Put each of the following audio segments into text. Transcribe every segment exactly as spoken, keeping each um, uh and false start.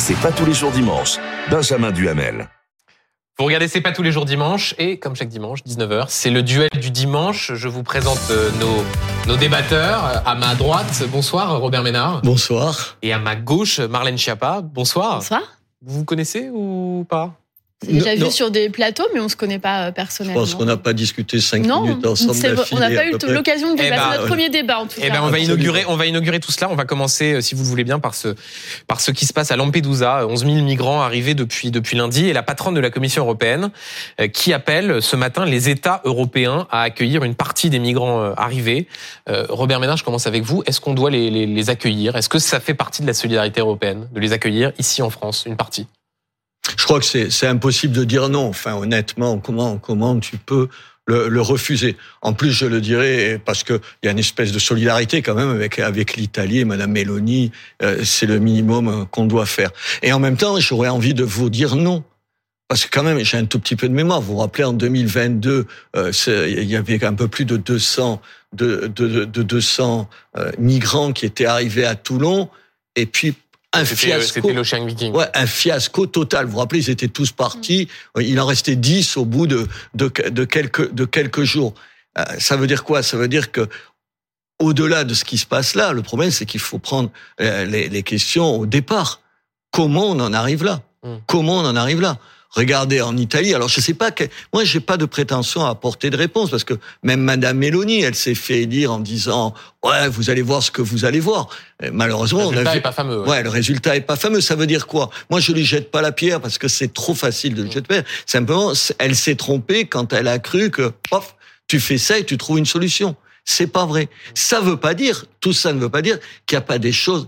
C'est pas tous les jours dimanche. Benjamin Duhamel. Vous regardez C'est pas tous les jours dimanche et comme chaque dimanche, dix-neuf heures, c'est le duel du dimanche. Je vous présente nos, nos débatteurs. À ma droite, bonsoir Robert Ménard. Bonsoir. Et à ma gauche, Marlène Schiappa. Bonsoir. Bonsoir. Vous vous connaissez ou pas? C'est déjà non, vu sur des plateaux, mais on se connaît pas personnellement. Je pense qu'on n'a pas discuté cinq non, minutes ensemble. On n'a pas eu l'occasion de débattre. Eh ben, notre premier débat, en tout eh cas. ben, on va inaugurer, on va inaugurer tout cela. On va commencer, si vous le voulez bien, par ce, par ce qui se passe à Lampedusa. onze mille migrants arrivés depuis, depuis lundi et la patronne de la Commission européenne euh, qui appelle ce matin les États européens à accueillir une partie des migrants euh, arrivés. Euh, Robert Ménard, je commence avec vous. Est-ce qu'on doit les, les, les accueillir? Est-ce que ça fait partie de la solidarité européenne de les accueillir ici en France, une partie? Je crois que c'est, c'est impossible de dire non. Enfin, honnêtement, comment, comment tu peux le, le refuser? En plus, je le dirais parce que il y a une espèce de solidarité quand même avec avec l'Italie et Madame Meloni. Euh, c'est le minimum qu'on doit faire. Et en même temps, j'aurais envie de vous dire non. Parce que quand même, j'ai un tout petit peu de mémoire. Vous vous rappelez, en deux mille vingt-deux, euh, il y avait un peu plus de deux cents, de, de, de deux cents euh, migrants qui étaient arrivés à Toulon. Et puis, Un c'était, fiasco. C'était l'Ocean Viking. Ouais, un fiasco total. Vous vous rappelez, ils étaient tous partis. Il en restait dix au bout de, de, de quelques, de quelques jours. Euh, ça veut dire quoi? Ça veut dire que, au-delà de ce qui se passe là, le problème, c'est qu'il faut prendre les, les questions au départ. Comment on en arrive là? Mmh. Comment on en arrive là? Regardez en Italie. Alors je sais pas que moi j'ai pas de prétention à apporter de réponse parce que même Madame Meloni, elle s'est fait élire en disant ouais vous allez voir ce que vous allez voir. Et malheureusement, le résultat on a vu... est pas fameux. Ouais. ouais, le résultat est pas fameux. Ça veut dire quoi? Moi je lui jette pas la pierre parce que c'est trop facile de lui jeter la pierre. Simplement, elle s'est trompée quand elle a cru que pof, tu fais ça et tu trouves une solution. C'est pas vrai. Ça veut pas dire, tout ça ne veut pas dire qu'il y a pas des choses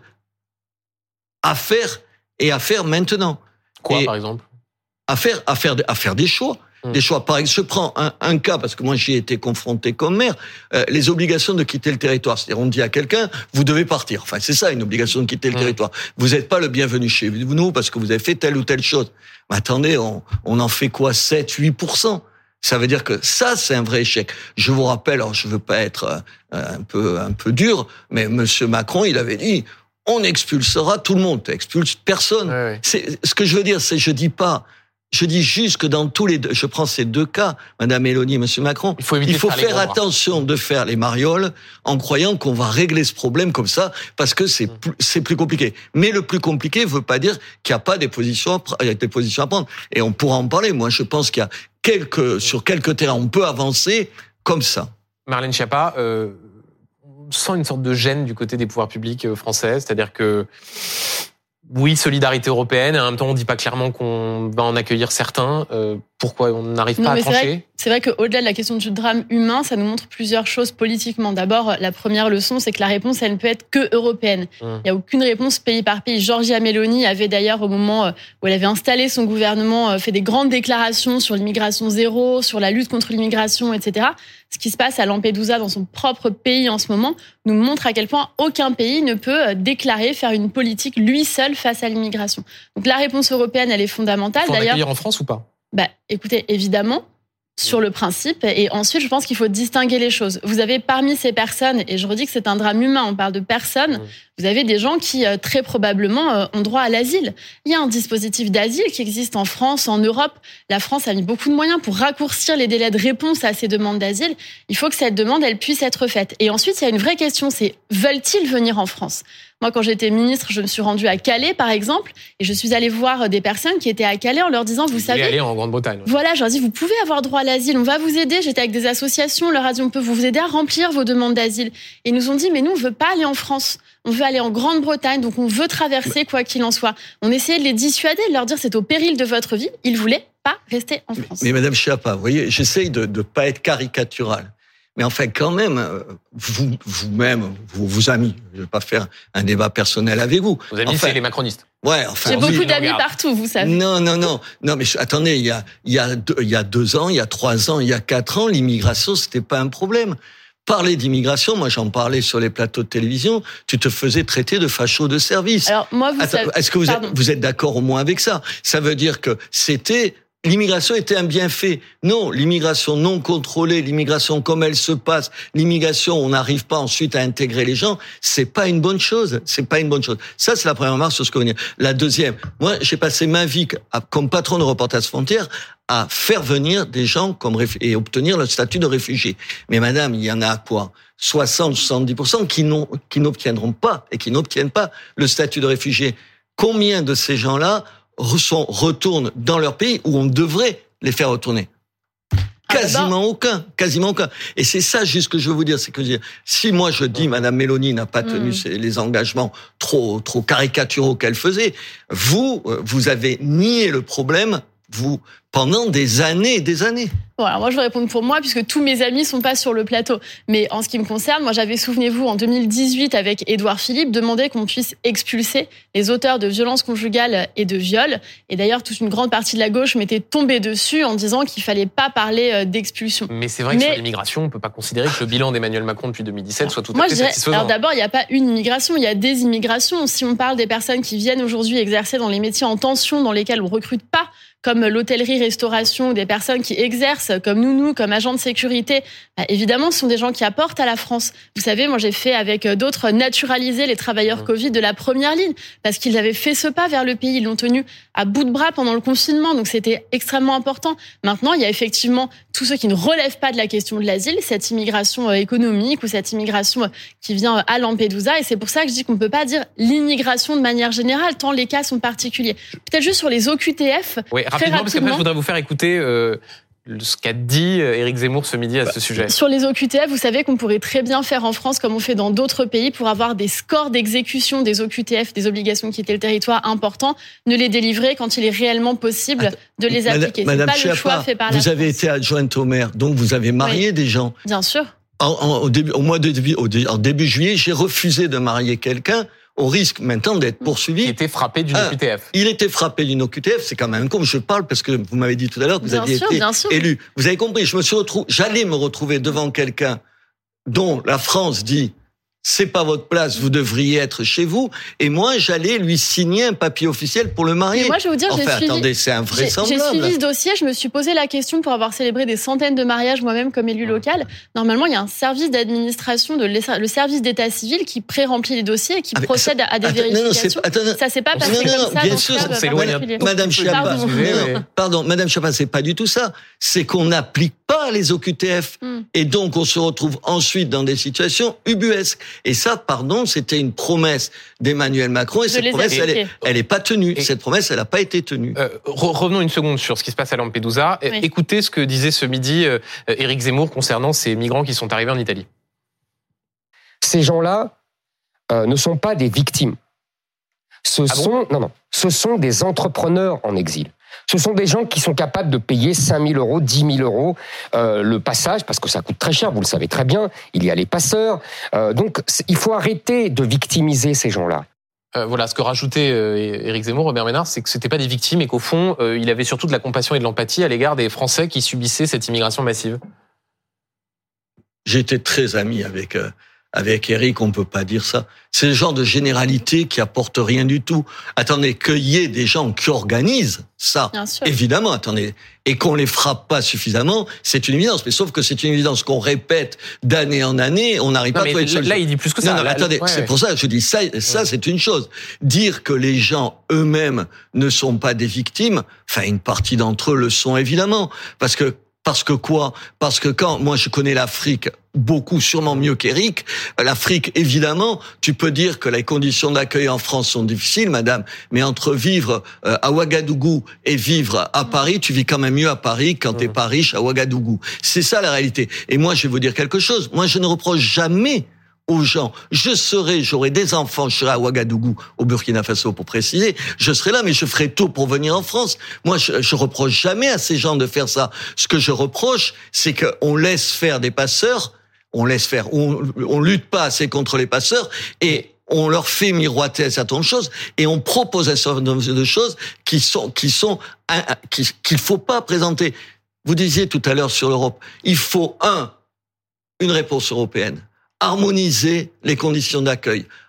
à faire et à faire maintenant. Quoi et... par exemple? À faire, à faire, à faire des choix. Mmh. Des choix. Par exemple, je prends un, un cas, parce que moi, j'y ai été confronté comme maire, euh, les obligations de quitter le territoire. C'est-à-dire, on dit à quelqu'un, vous devez partir. Enfin, c'est ça, une obligation de quitter le mmh. territoire. Vous n'êtes pas le bienvenu chez nous parce que vous avez fait telle ou telle chose. Mais attendez, on, on en fait quoi? sept, huit pour cent. Ça veut dire que ça, c'est un vrai échec. Je vous rappelle, alors je veux pas être euh, un peu, un peu dur, mais Monsieur Macron, il avait dit, on expulsera tout le monde. Tu expulses personne. Ouais, ouais. C'est, ce que je veux dire, c'est, je dis pas, Je dis juste que dans tous les deux, je prends ces deux cas, Madame Meloni et Monsieur Macron, il faut, il faut faire, faire attention de faire les marioles en croyant qu'on va régler ce problème comme ça, parce que c'est plus, c'est plus compliqué. Mais le plus compliqué veut pas dire qu'il n'y a pas des positions, à, des positions à prendre. Et on pourra en parler. Moi, je pense qu'il y a quelques, sur quelques terrains, on peut avancer comme ça. Marlène Schiappa, euh, on sent une sorte de gêne du côté des pouvoirs publics français, c'est-à-dire que oui, solidarité européenne, et en même temps, on ne dit pas clairement qu'on va en accueillir certains. Euh, pourquoi on n'arrive pas à trancher? C'est vrai qu'au-delà de la question du drame humain, ça nous montre plusieurs choses politiquement. D'abord, la première leçon, c'est que la réponse, elle ne peut être que européenne. Hum. Il n'y a aucune réponse pays par pays. Giorgia Meloni avait d'ailleurs, au moment où elle avait installé son gouvernement, fait des grandes déclarations sur l'immigration zéro, sur la lutte contre l'immigration, et cetera. Ce qui se passe à Lampedusa, dans son propre pays en ce moment, nous montre à quel point aucun pays ne peut déclarer, faire une politique lui seul face à l'immigration. Donc la réponse européenne, elle est fondamentale. Il faut en d'ailleurs accueillir en France ou pas? Bah, écoutez, évidemment, sur le principe. Et ensuite, je pense qu'il faut distinguer les choses. Vous avez parmi ces personnes, et je redis que c'est un drame humain, on parle de personnes, mmh. vous avez des gens qui, très probablement, ont droit à l'asile. Il y a un dispositif d'asile qui existe en France, en Europe. La France a mis beaucoup de moyens pour raccourcir les délais de réponse à ces demandes d'asile. Il faut que cette demande, elle puisse être faite. Et ensuite, il y a une vraie question, c'est veulent-ils venir en France ? Moi, quand j'étais ministre, je me suis rendue à Calais, par exemple, et je suis allée voir des personnes qui étaient à Calais en leur disant, vous, vous savez... aller en Grande-Bretagne. Voilà, je leur dis, vous pouvez avoir droit à l'asile, on va vous aider. J'étais avec des associations, on leur a dit, on peut vous aider à remplir vos demandes d'asile. Et ils nous ont dit, mais nous, on veut pas aller en France. On veut aller en Grande-Bretagne, donc on veut traverser quoi qu'il en soit. On essayait de les dissuader, de leur dire, c'est au péril de votre vie. Ils voulaient pas rester en France. Mais, mais Madame Schiappa, vous voyez, j'essaye de ne pas être caricatural. Mais enfin, quand même, vous, vous-même, vous, vos amis, je ne vais pas faire un débat personnel avec vous. Vos amis, enfin, c'est les macronistes. Ouais, enfin. J'ai beaucoup oui, d'amis partout, vous savez. Non, non, non, non, mais attendez, il y a, il y a deux, il y a deux ans, il y a trois ans, il y a quatre ans, l'immigration, c'était pas un problème. Parler d'immigration, moi j'en parlais sur les plateaux de télévision, tu te faisais traiter de facho de service. Alors moi, vous Attends, savez... Est-ce que vous êtes, vous êtes d'accord au moins avec ça? Ça veut dire que c'était l'immigration était un bienfait. Non, l'immigration non contrôlée, l'immigration comme elle se passe, l'immigration on n'arrive pas ensuite à intégrer les gens, c'est pas une bonne chose. C'est pas une bonne chose. Ça, c'est la première remarque sur ce qu'on vient. La deuxième, moi, j'ai passé ma vie comme patron de Reporters sans frontières à faire venir des gens comme et obtenir le statut de réfugié. Mais madame, il y en a quoi soixante à soixante-dix pour cent qui n'ont, qui n'obtiendront pas et qui n'obtiennent pas le statut de réfugié. Combien de ces gens-là sont, retournent dans leur pays où on devrait les faire retourner? Quasiment aucun, quasiment aucun. Et c'est ça juste que je veux vous dire, c'est que je veux dire, si moi je dis Madame Meloni n'a pas tenu mmh. les engagements trop trop caricaturaux qu'elle faisait, vous vous avez nié le problème, vous pendant des années et des années. Bon, alors moi je vais répondre pour moi puisque tous mes amis sont pas sur le plateau. Mais en ce qui me concerne, moi j'avais, souvenez-vous, en deux mille dix-huit avec Édouard Philippe, demandé qu'on puisse expulser les auteurs de violences conjugales et de viols. Et d'ailleurs, toute une grande partie de la gauche m'était tombée dessus en disant qu'il fallait pas parler d'expulsion. Mais c'est vrai que Mais... sur l'immigration, on peut pas considérer que le bilan d'Emmanuel Macron depuis deux mille dix-sept soit tout moi, à fait dirais, satisfaisant. Alors d'abord, il n'y a pas une immigration, il y a des immigrations. Si on parle des personnes qui viennent aujourd'hui exercer dans les métiers en tension, dans lesquels on recrute pas, comme l'hôtellerie-restauration, ou des personnes qui exercent comme nounous, comme agents de sécurité, bah, évidemment, ce sont des gens qui apportent à la France. Vous savez, moi, j'ai fait avec d'autres naturaliser les travailleurs Covid de la première ligne, parce qu'ils avaient fait ce pas vers le pays. Ils l'ont tenu à bout de bras pendant le confinement, donc c'était extrêmement important. Maintenant, il y a effectivement tous ceux qui ne relèvent pas de la question de l'asile, cette immigration économique ou cette immigration qui vient à Lampedusa, et c'est pour ça que je dis qu'on ne peut pas dire l'immigration de manière générale, tant les cas sont particuliers. Peut-être juste sur les O Q T F. Oui, rapidement, parce qu'après, je voudrais vous faire écouter euh, ce qu'a dit Éric Zemmour ce midi à bah, ce sujet. Sur les O Q T F, vous savez qu'on pourrait très bien faire en France, comme on fait dans d'autres pays, pour avoir des scores d'exécution des O Q T F, des obligations de quitter le territoire importants, ne les délivrer quand il est réellement possible de les appliquer. Madame, c'est pas Madame le choix Schiappa, fait par vous la avez France. été adjointe au maire, donc vous avez marié oui. des gens. Bien sûr. En, en, au, début, au mois de au, en début juillet, j'ai refusé de marier quelqu'un au risque maintenant d'être poursuivi. Il était frappé d'une ah, O Q T F. Il était frappé d'une O Q T F, c'est quand même comme je parle parce que vous m'avez dit tout à l'heure que vous bien aviez sûr, été bien sûr. élu. Vous avez compris, je me suis retrouvé, j'allais me retrouver devant quelqu'un dont la France dit c'est pas votre place, vous devriez être chez vous. Et moi, j'allais lui signer un papier officiel pour le marier. Mais moi, je vais vous dire, enfin, j'ai suivi, attendez, c'est invraisemblable. J'ai suivi ce dossier, je me suis posé la question pour avoir célébré des centaines de mariages moi-même comme élu local. Normalement, il y a un service d'administration, de le service d'état civil qui pré-remplit les dossiers et qui ah, procède ça, à des attends, vérifications. Non, non, ça s'est pas passé non, non, comme ça. Bien sûr, c'est Madame, Madame Schiappa, pardon. Non, pardon, Madame Schiappa, c'est pas du tout ça. C'est qu'on n'applique pas les O Q T F. Mm. Et donc, on se retrouve ensuite dans des situations ubuesques. Et ça, pardon, c'était une promesse d'Emmanuel Macron et de cette promesse, elle est, elle est pas tenue. Et cette promesse, elle n'a pas été tenue. Euh, revenons une seconde sur ce qui se passe à Lampedusa. Oui. Écoutez ce que disait ce midi euh, Éric Zemmour concernant ces migrants qui sont arrivés en Italie. Ces gens-là euh, ne sont pas des victimes. Ce ah sont, bon non, non, ce sont des entrepreneurs en exil. Ce sont des gens qui sont capables de payer cinq mille euros, dix mille euros euh, le passage, parce que ça coûte très cher, vous le savez très bien, il y a les passeurs. Euh, donc, il faut arrêter de victimiser ces gens-là. Euh, voilà, ce que rajoutait euh, Éric Zemmour, Robert Ménard, c'est que c'était pas des victimes et qu'au fond, euh, il avait surtout de la compassion et de l'empathie à l'égard des Français qui subissaient cette immigration massive. J'étais très ami avec... Euh... Avec Eric, on peut pas dire ça. C'est le genre de généralité qui apporte rien du tout. Attendez, qu'il y ait des gens qui organisent ça, évidemment, attendez, et qu'on les frappe pas suffisamment, c'est une évidence. Mais sauf que c'est une évidence qu'on répète d'année en année, on n'arrive pas à trouver une solution. Là, il dit plus que ça. Non, non, là, attendez, ouais, c'est ouais. pour ça que je dis ça, ça, ouais. c'est une chose. Dire que les gens eux-mêmes ne sont pas des victimes, enfin, une partie d'entre eux le sont évidemment. Parce que Parce que quoi? Parce que quand, moi je connais l'Afrique beaucoup, sûrement mieux qu'Éric, l'Afrique, évidemment, tu peux dire que les conditions d'accueil en France sont difficiles, madame, mais entre vivre à Ouagadougou et vivre à Paris, tu vis quand même mieux à Paris quand t'es pas riche à Ouagadougou. C'est ça la réalité. Et moi, je vais vous dire quelque chose. Moi, je ne reproche jamais aux gens. Je serai, j'aurai des enfants, je serai à Ouagadougou, au Burkina Faso pour préciser, je serai là, mais je ferai tout pour venir en France. Moi, je, je reproche jamais à ces gens de faire ça. Ce que je reproche, c'est qu'on laisse faire des passeurs, on laisse faire, on, on lutte pas assez contre les passeurs, et on leur fait miroiter un certain nombre de choses, et on propose un certain nombre de choses qui sont, qui sont, qui, qu'il faut pas présenter. Vous disiez tout à l'heure sur l'Europe, il faut, un, une réponse européenne. Harmoniser les conditions d'accueil,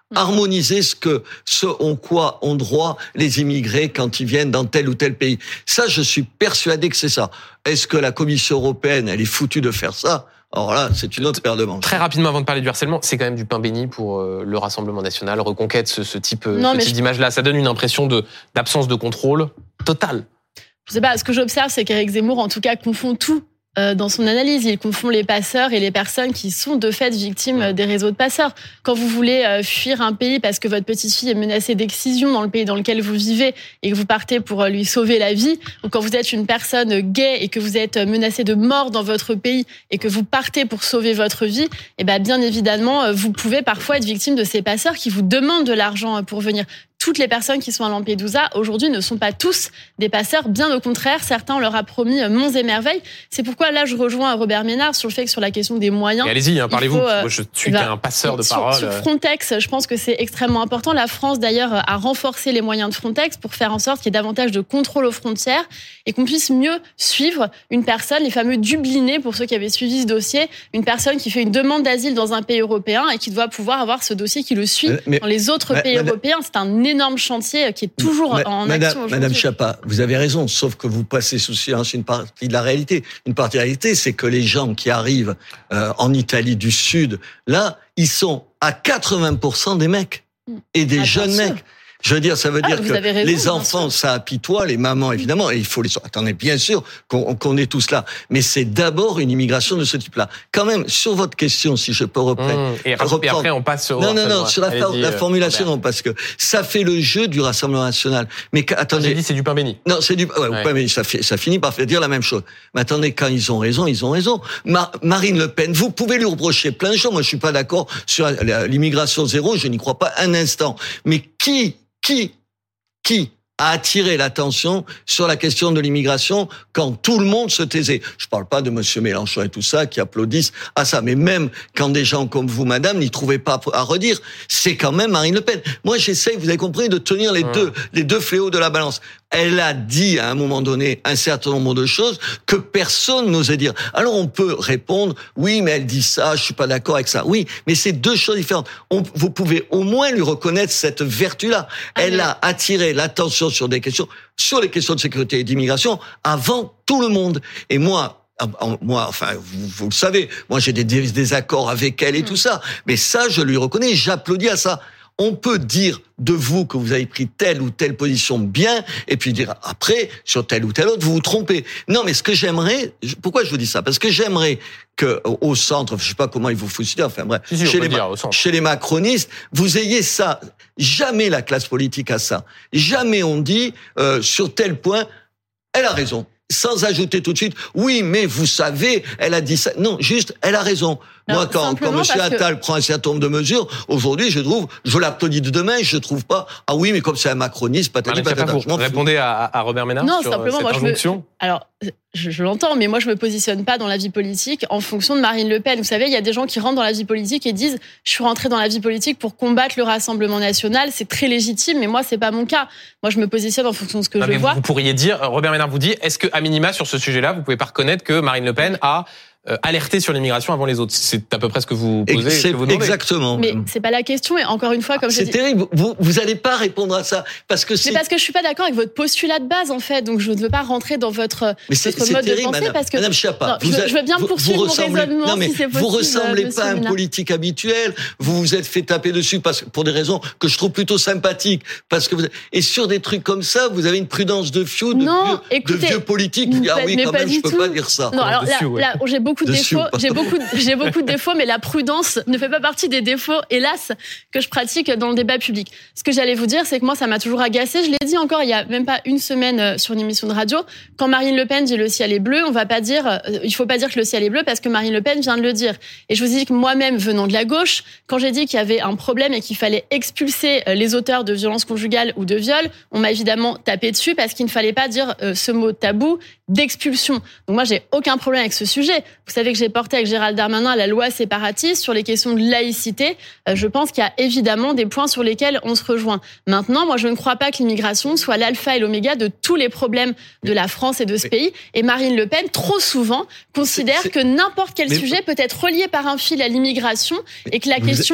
harmoniser ce que, ce en quoi ont droit les immigrés quand ils viennent dans tel ou tel pays. Ça, je suis persuadé que c'est ça. Est-ce que la Commission européenne, elle est foutue de faire ça? Alors là, c'est une autre paire de manches. Très rapidement, avant de parler du harcèlement, c'est quand même du pain béni pour euh, le Rassemblement national, reconquête, ce, ce type, non, ce type je... d'image-là. Ça donne une impression de, d'absence de contrôle totale. Je sais pas, ce que j'observe, c'est qu'Éric Zemmour, en tout cas, confond tout. Dans son analyse, il confond les passeurs et les personnes qui sont de fait victimes des réseaux de passeurs. Quand vous voulez fuir un pays parce que votre petite fille est menacée d'excision dans le pays dans lequel vous vivez et que vous partez pour lui sauver la vie, ou quand vous êtes une personne gay et que vous êtes menacé de mort dans votre pays et que vous partez pour sauver votre vie, eh ben bien évidemment, vous pouvez parfois être victime de ces passeurs qui vous demandent de l'argent pour venir. Toutes les personnes qui sont à Lampedusa, aujourd'hui, ne sont pas tous des passeurs. Bien au contraire, certains, on leur a promis monts et merveilles. C'est pourquoi, là, je rejoins Robert Ménard sur le fait que sur la question des moyens... Et allez-y, hein, parlez-vous. Faut, euh, Moi, je suis bah, un passeur de sur, parole. Sur Frontex, je pense que c'est extrêmement important. La France, d'ailleurs, a renforcé les moyens de Frontex pour faire en sorte qu'il y ait davantage de contrôle aux frontières et qu'on puisse mieux suivre une personne, les fameux dublinés, pour ceux qui avaient suivi ce dossier, une personne qui fait une demande d'asile dans un pays européen et qui doit pouvoir avoir ce dossier qui le suit mais, dans les autres mais, pays madame, européens. C'est un énorme chantier qui est toujours Ma, en madame, action aujourd'hui. Madame Schiappa, vous avez raison, sauf que vous passez sous silence une partie de la réalité. Une partie de la réalité, c'est que les gens qui arrivent euh, en Italie du Sud, là, ils sont à quatre-vingts pour cent des mecs et des ah, jeunes mecs. Je veux dire, ça veut ah, dire que raison, les enfants, ça apitoie, les mamans, évidemment, et il faut les... Attendez, bien sûr qu'on, qu'on est tous là. Mais c'est d'abord une immigration de ce type-là. Quand même, sur votre question, si je peux reprendre... Mmh, et, reprendre... et après, on passe au... Non, non, non, sur la, for- la formulation, non, parce que ça fait le jeu du Rassemblement national. Mais attendez... J'ai dit, c'est du pain béni. Non, c'est du... Ouais, ouais. pain béni, ça, fait, ça finit par faire dire la même chose. Mais attendez, quand ils ont raison, ils ont raison. Mar- Marine Le Pen, vous pouvez lui reprocher plein de choses. Moi, je suis pas d'accord sur l'immigration zéro, je n'y crois pas un instant. Mais qui... Qui, qui a attiré l'attention sur la question de l'immigration quand tout le monde se taisait? Je parle pas de monsieur Mélenchon et tout ça qui applaudissent à ça, mais même quand des gens comme vous, madame, n'y trouvaient pas à redire, c'est quand même Marine Le Pen. Moi, j'essaye, vous avez compris, de tenir les mmh. deux, les deux fléaux de la balance. Elle a dit à un moment donné un certain nombre de choses que personne n'osait dire. Alors on peut répondre, oui, mais elle dit ça, je suis pas d'accord avec ça. Oui, mais c'est deux choses différentes. On, vous pouvez au moins lui reconnaître cette vertu-là. Ah, elle mais... a attiré l'attention sur des questions, sur les questions de sécurité et d'immigration avant tout le monde. Et moi, moi, enfin, vous, vous le savez, moi j'ai des désaccords avec elle et mmh. tout ça. Mais ça, je lui reconnais, j'applaudis à ça. On peut dire de vous que vous avez pris telle ou telle position bien, et puis dire après, sur telle ou telle autre, vous vous trompez. Non, mais ce que j'aimerais, pourquoi je vous dis ça? Parce que j'aimerais que, au centre, je sais pas comment il vous faut citer, enfin bref, si, si, chez, les, chez les macronistes, vous ayez ça. Jamais la classe politique a ça. Jamais on dit, euh, sur tel point, elle a raison. Sans ajouter tout de suite, oui, mais vous savez, elle a dit ça. Non, juste, elle a raison. Alors, moi, quand, quand M. Attal que... prend un certain nombre de mesures, aujourd'hui, je trouve, je l'applaudis de demain, je trouve pas, ah oui, mais comme c'est un macroniste, patati patata. Vous répondez à, à Robert Ménard non, sur simplement, cette moi, injonction je me... Alors, je, je l'entends, mais moi, je me positionne pas dans la vie politique en fonction de Marine Le Pen. Vous savez, il y a des gens qui rentrent dans la vie politique et disent, je suis rentré dans la vie politique pour combattre le Rassemblement national. C'est très légitime, mais moi, c'est pas mon cas. Moi, je me positionne en fonction de ce que non, je mais vois. Vous pourriez dire, Robert Ménard vous dit, est-ce que, à minima, sur ce sujet-là, vous pouvez pas reconnaître que Marine Le Pen a Euh, alerter sur l'immigration avant les autres. C'est à peu près ce que vous posez. C'est que vous exactement. Mais c'est pas la question. Et encore une fois, comme c'est je dis, terrible. Vous vous allez pas répondre à ça parce que c'est. Mais parce que je suis pas d'accord avec votre postulat de base en fait. Donc je ne veux pas rentrer dans votre, mais c'est, votre c'est mode terrible, de pensée madame, parce que. Madame Schiappa, non, vous je, a, je veux bien vous, poursuivre vous mon raisonnement non, mais si c'est possible. Vous ressemblez euh, pas à un Ménard. politique habituel. Vous vous êtes fait taper dessus parce pour des raisons que je trouve plutôt sympathiques. Parce que vous et sur des trucs comme ça, vous avez une prudence de fiou, de, non, vieux, écoutez, de vieux politiques. Vous dites, ah oui, quand même, je peux pas dire ça. Non, alors là, là j'ai beaucoup de défauts. J'ai beaucoup, j'ai beaucoup de défauts, mais la prudence ne fait pas partie des défauts, hélas, que je pratique dans le débat public. Ce que j'allais vous dire, c'est que moi, ça m'a toujours agacé. Je l'ai dit encore il y a même pas une semaine sur une émission de radio. Quand Marine Le Pen dit le ciel est bleu, on va pas dire, il faut pas dire que le ciel est bleu parce que Marine Le Pen vient de le dire. Et je vous dis que moi-même, venant de la gauche, quand j'ai dit qu'il y avait un problème et qu'il fallait expulser les auteurs de violences conjugales ou de viols, on m'a évidemment tapé dessus parce qu'il ne fallait pas dire ce mot tabou d'expulsion. Donc moi, j'ai aucun problème avec ce sujet. Vous savez que j'ai porté avec Gérald Darmanin la loi séparatiste sur les questions de laïcité. Je pense qu'il y a évidemment des points sur lesquels on se rejoint. Maintenant, moi, je ne crois pas que l'immigration soit l'alpha et l'oméga de tous les problèmes de la France et de ce mais, pays. Et Marine Le Pen, trop souvent, considère c'est, c'est, que n'importe quel mais, sujet peut être relié par un fil à l'immigration et que la question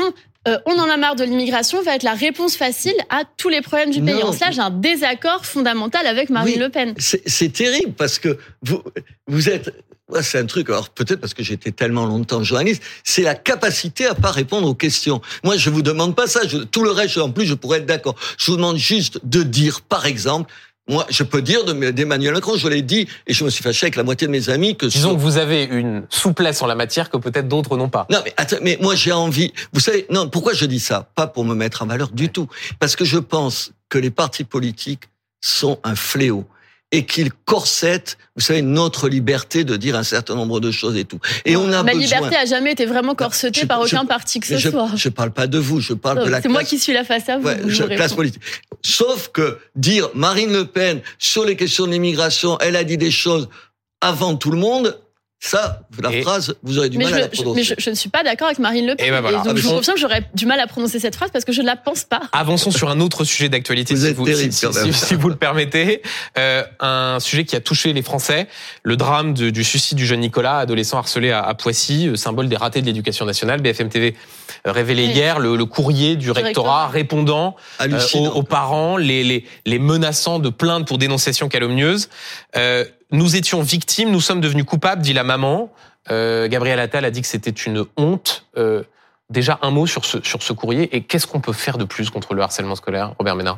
euh, on en a marre de l'immigration va être la réponse facile à tous les problèmes du pays. Non. En cela, j'ai un désaccord fondamental avec Marine Oui, Le Pen. C'est, c'est terrible parce que vous, vous êtes... Ouais, c'est un truc, alors peut-être parce que j'étais tellement longtemps journaliste, c'est la capacité à pas répondre aux questions. Moi, je vous demande pas ça, je, tout le reste, en plus, je pourrais être d'accord. Je vous demande juste de dire, par exemple, moi, je peux dire de, d'Emmanuel Macron, je l'ai dit, et je me suis fâché avec la moitié de mes amis que... Disons sur... que vous avez une souplesse en la matière que peut-être d'autres n'ont pas. Non, mais attends, mais moi, j'ai envie... Vous savez, non, pourquoi je dis ça? Pas pour me mettre en valeur du tout. Parce que je pense que les partis politiques sont un fléau. Et qu'ils corsettent, vous savez, notre liberté de dire un certain nombre de choses et tout. Et on a Ma besoin... liberté a jamais été vraiment corsetée Je- par je- aucun parti que ce je, soit. je parle pas de vous, je parle Non, de la c'est classe... moi qui suis là face à vous. Ouais, je je, vous classe réponds. politique. Sauf que dire Marine Le Pen sur les questions de l'immigration, elle a dit des choses avant tout le monde, ça, la Et- phrase, vous aurez du Mais, mal je, à la je- prononcer. mais je, je ne suis pas d'accord avec Marine Le Pen. Et ben voilà. donc, Ah, mais je vous bon. confirme que j'aurais du mal à prononcer cette phrase parce que je ne la pense pas. Avançons sur un autre sujet d'actualité, Vous si êtes vous, terrible, si, quand si- même. si vous le permettez. Euh, un sujet qui a touché les Français, le drame de- du suicide du jeune Nicolas, adolescent harcelé à, à Poissy, euh, symbole des ratés de l'éducation nationale. B F M T V euh, révélait Oui. hier le, le courrier du rectorat, rectorat. répondant euh, aux, Hallucinant. aux parents, les, les, les menaçant de plaintes pour dénonciation calomnieuse. Euh, nous étions victimes, nous sommes devenus coupables, dit la maman. Euh, Gabriel Attal a dit que c'était une honte. Euh, déjà un mot sur ce, sur ce courrier, et qu'est-ce qu'on peut faire de plus contre le harcèlement scolaire, Robert Ménard?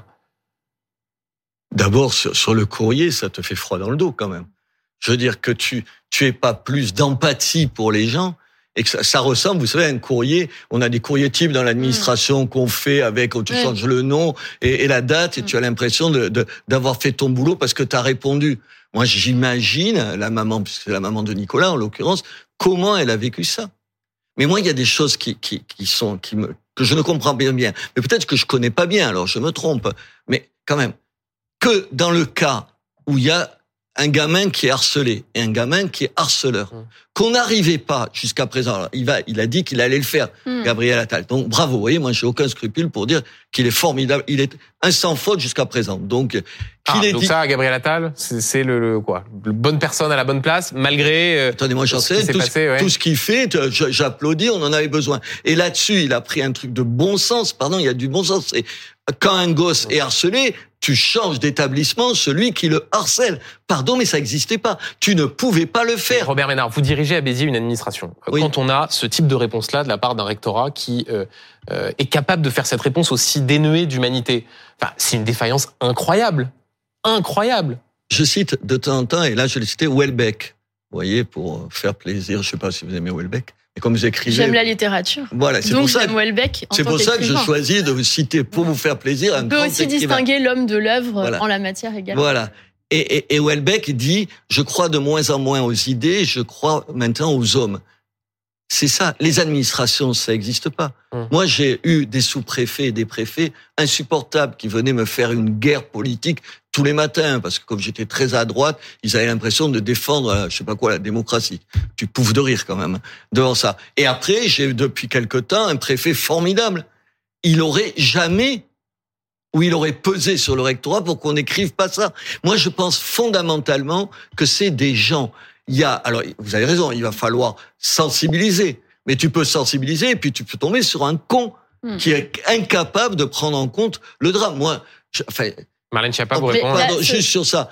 D'abord, sur, sur le courrier, ça te fait froid dans le dos quand même. Je veux dire que tu tu aies pas plus d'empathie pour les gens et que ça, ça ressemble, vous savez, à un courrier. On a des courriers types dans l'administration mmh. qu'on fait avec, où tu Oui. changes le nom et, et la date et mmh. tu as l'impression de, de d'avoir fait ton boulot parce que tu as répondu. Moi, j'imagine la maman, puisque c'est la maman de Nicolas en l'occurrence, comment elle a vécu ça. Mais moi, il y a des choses qui qui qui sont qui me que je ne comprends bien bien. Mais peut-être que je connais pas bien, alors je me trompe. Mais quand même, que dans le cas où il y a un gamin qui est harcelé et un gamin qui est harceleur, mmh. qu'on n'arrivait pas jusqu'à présent. Alors, il va, il a dit qu'il allait le faire, mmh. Gabriel Attal. Donc bravo, vous voyez, moi j'ai aucun scrupule pour dire qu'il est formidable, il est un sans faute jusqu'à présent. Donc qu'il ah, ait donc dit... ça, Gabriel Attal, c'est, c'est le, le quoi, le bonne personne à la bonne place, malgré. Euh, Attendez, moi j'en sais tout, passé, ce, ouais. tout ce qu'il fait, j'applaudis, on en avait besoin. Et là-dessus, il a pris un truc de bon sens. Pardon, il y a du bon sens. C'est quand un gosse est harcelé, tu changes d'établissement celui qui le harcèle. Pardon, mais ça n'existait pas. Tu ne pouvais pas le faire. Robert Ménard, vous dirigez à Béziers une administration. Oui. Quand on a ce type de réponse-là de la part d'un rectorat qui euh, euh, est capable de faire cette réponse aussi dénuée d'humanité, enfin, c'est une défaillance incroyable. Incroyable. Je cite de temps en temps, et là je l'ai cité, Houellebecq. Vous voyez, pour faire plaisir, je ne sais pas si vous aimez Houellebecq, mais comme vous écrivez... J'aime la littérature. Voilà, c'est Donc pour ça, j'aime Houellebecq en c'est tant pour ça que je qu'écrivain. choisis de vous citer pour vous faire plaisir un On peut grand aussi écrivain. distinguer l'homme de l'œuvre Voilà. en la matière également. Voilà. Et, et, et Houellebecq dit, je crois de moins en moins aux idées, je crois maintenant aux hommes. C'est ça. Les administrations, ça n'existe pas. Hum. Moi, j'ai eu des sous-préfets et des préfets insupportables qui venaient me faire une guerre politique tous les matins, parce que comme j'étais très à droite, ils avaient l'impression de défendre, euh, je sais pas quoi, la démocratie. Tu poufes de rire quand même devant ça. Et après, j'ai depuis quelque temps un préfet formidable. Il aurait jamais, ou il aurait pesé sur le rectorat pour qu'on n'écrive pas ça. Moi, je pense fondamentalement que c'est des gens. Il y a, alors, vous avez raison, il va falloir sensibiliser. Mais tu peux sensibiliser et puis tu peux tomber sur un con mmh. qui est incapable de prendre en compte le drame. Moi, je, enfin, Marlène Schiappa, vous mais, répondre. Pardon, Là, juste sur ça.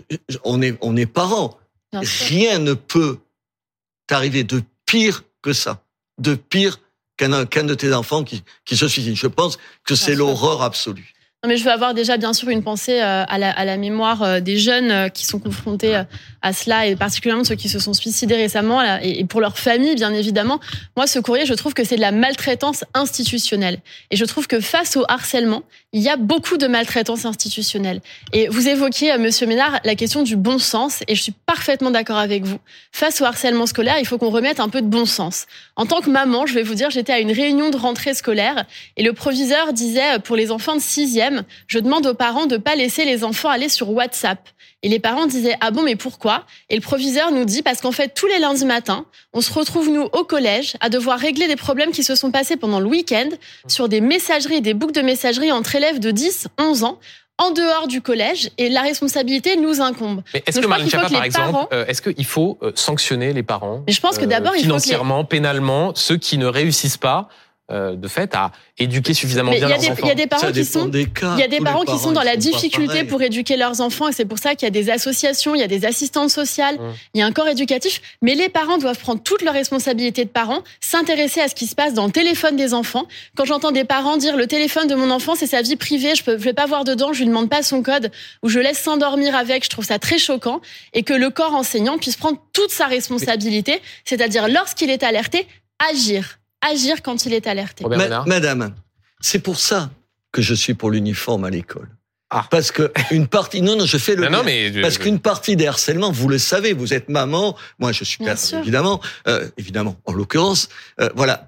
On est, on est parents. Bien sûr. Rien ne peut t'arriver de pire que ça. De pire qu'un, qu'un de tes enfants qui, qui se suicide. Je pense que c'est sûr. l'horreur absolue. Non, mais je veux avoir déjà bien sûr une pensée euh, à, la, à la mémoire euh, des jeunes euh, qui sont confrontés euh, à cela, et particulièrement ceux qui se sont suicidés récemment, là, et, et pour leur famille bien évidemment. Moi, ce courrier, je trouve que c'est de la maltraitance institutionnelle, et je trouve que face au harcèlement, il y a beaucoup de maltraitance institutionnelle. Et vous évoquiez, euh, Monsieur Ménard, la question du bon sens, et je suis parfaitement d'accord avec vous. Face au harcèlement scolaire, il faut qu'on remette un peu de bon sens. En tant que maman, je vais vous dire, j'étais à une réunion de rentrée scolaire, et le proviseur disait, pour les enfants de sixième, je demande aux parents de pas laisser les enfants aller sur WhatsApp. Et les parents disaient, ah bon, mais pourquoi? Et le proviseur nous dit, parce qu'en fait, tous les lundis matins, on se retrouve, nous, au collège, à devoir régler des problèmes qui se sont passés pendant le week-end sur des messageries, des boucles de messagerie entre élèves de dix, onze ans, en dehors du collège, et la responsabilité nous incombe. Mais est-ce Donc, que je Marlène crois qu'il Schiappa, faut par que les exemple, parents- euh, est-ce qu'il faut euh, sanctionner les parents Mais je pense que d'abord, euh, il faut que les- financièrement, pénalement, ceux qui ne réussissent pas euh, de fait, à éduquer suffisamment Mais bien il y a leurs des, enfants. il y a des parents Ça qui dépend sont, des cas. il y a des Tous les parents qui sont dans ils la sont pas difficulté pareils. pour éduquer leurs enfants et c'est pour ça qu'il y a des associations, il y a des assistantes sociales, Mmh. il y a un corps éducatif. Mais les parents doivent prendre toutes leurs responsabilités de parents, s'intéresser à ce qui se passe dans le téléphone des enfants. Quand j'entends des parents dire le téléphone de mon enfant c'est sa vie privée, je peux, je vais pas voir dedans, je lui demande pas son code ou je laisse s'endormir avec, je trouve ça très choquant et que le corps enseignant puisse prendre toute sa responsabilité, c'est-à-dire lorsqu'il est alerté, agir. Agir quand il est alerté. Robert Ma- Ménard. Madame, c'est pour ça que je suis pour l'uniforme à l'école. Ah. Parce que une partie, non, non, je fais le Non, non, lien. mais je- Parce je- qu'une partie des harcèlements, vous le savez, vous êtes maman, moi je suis Bien père, sûr. évidemment, euh, évidemment, en l'occurrence, euh, voilà.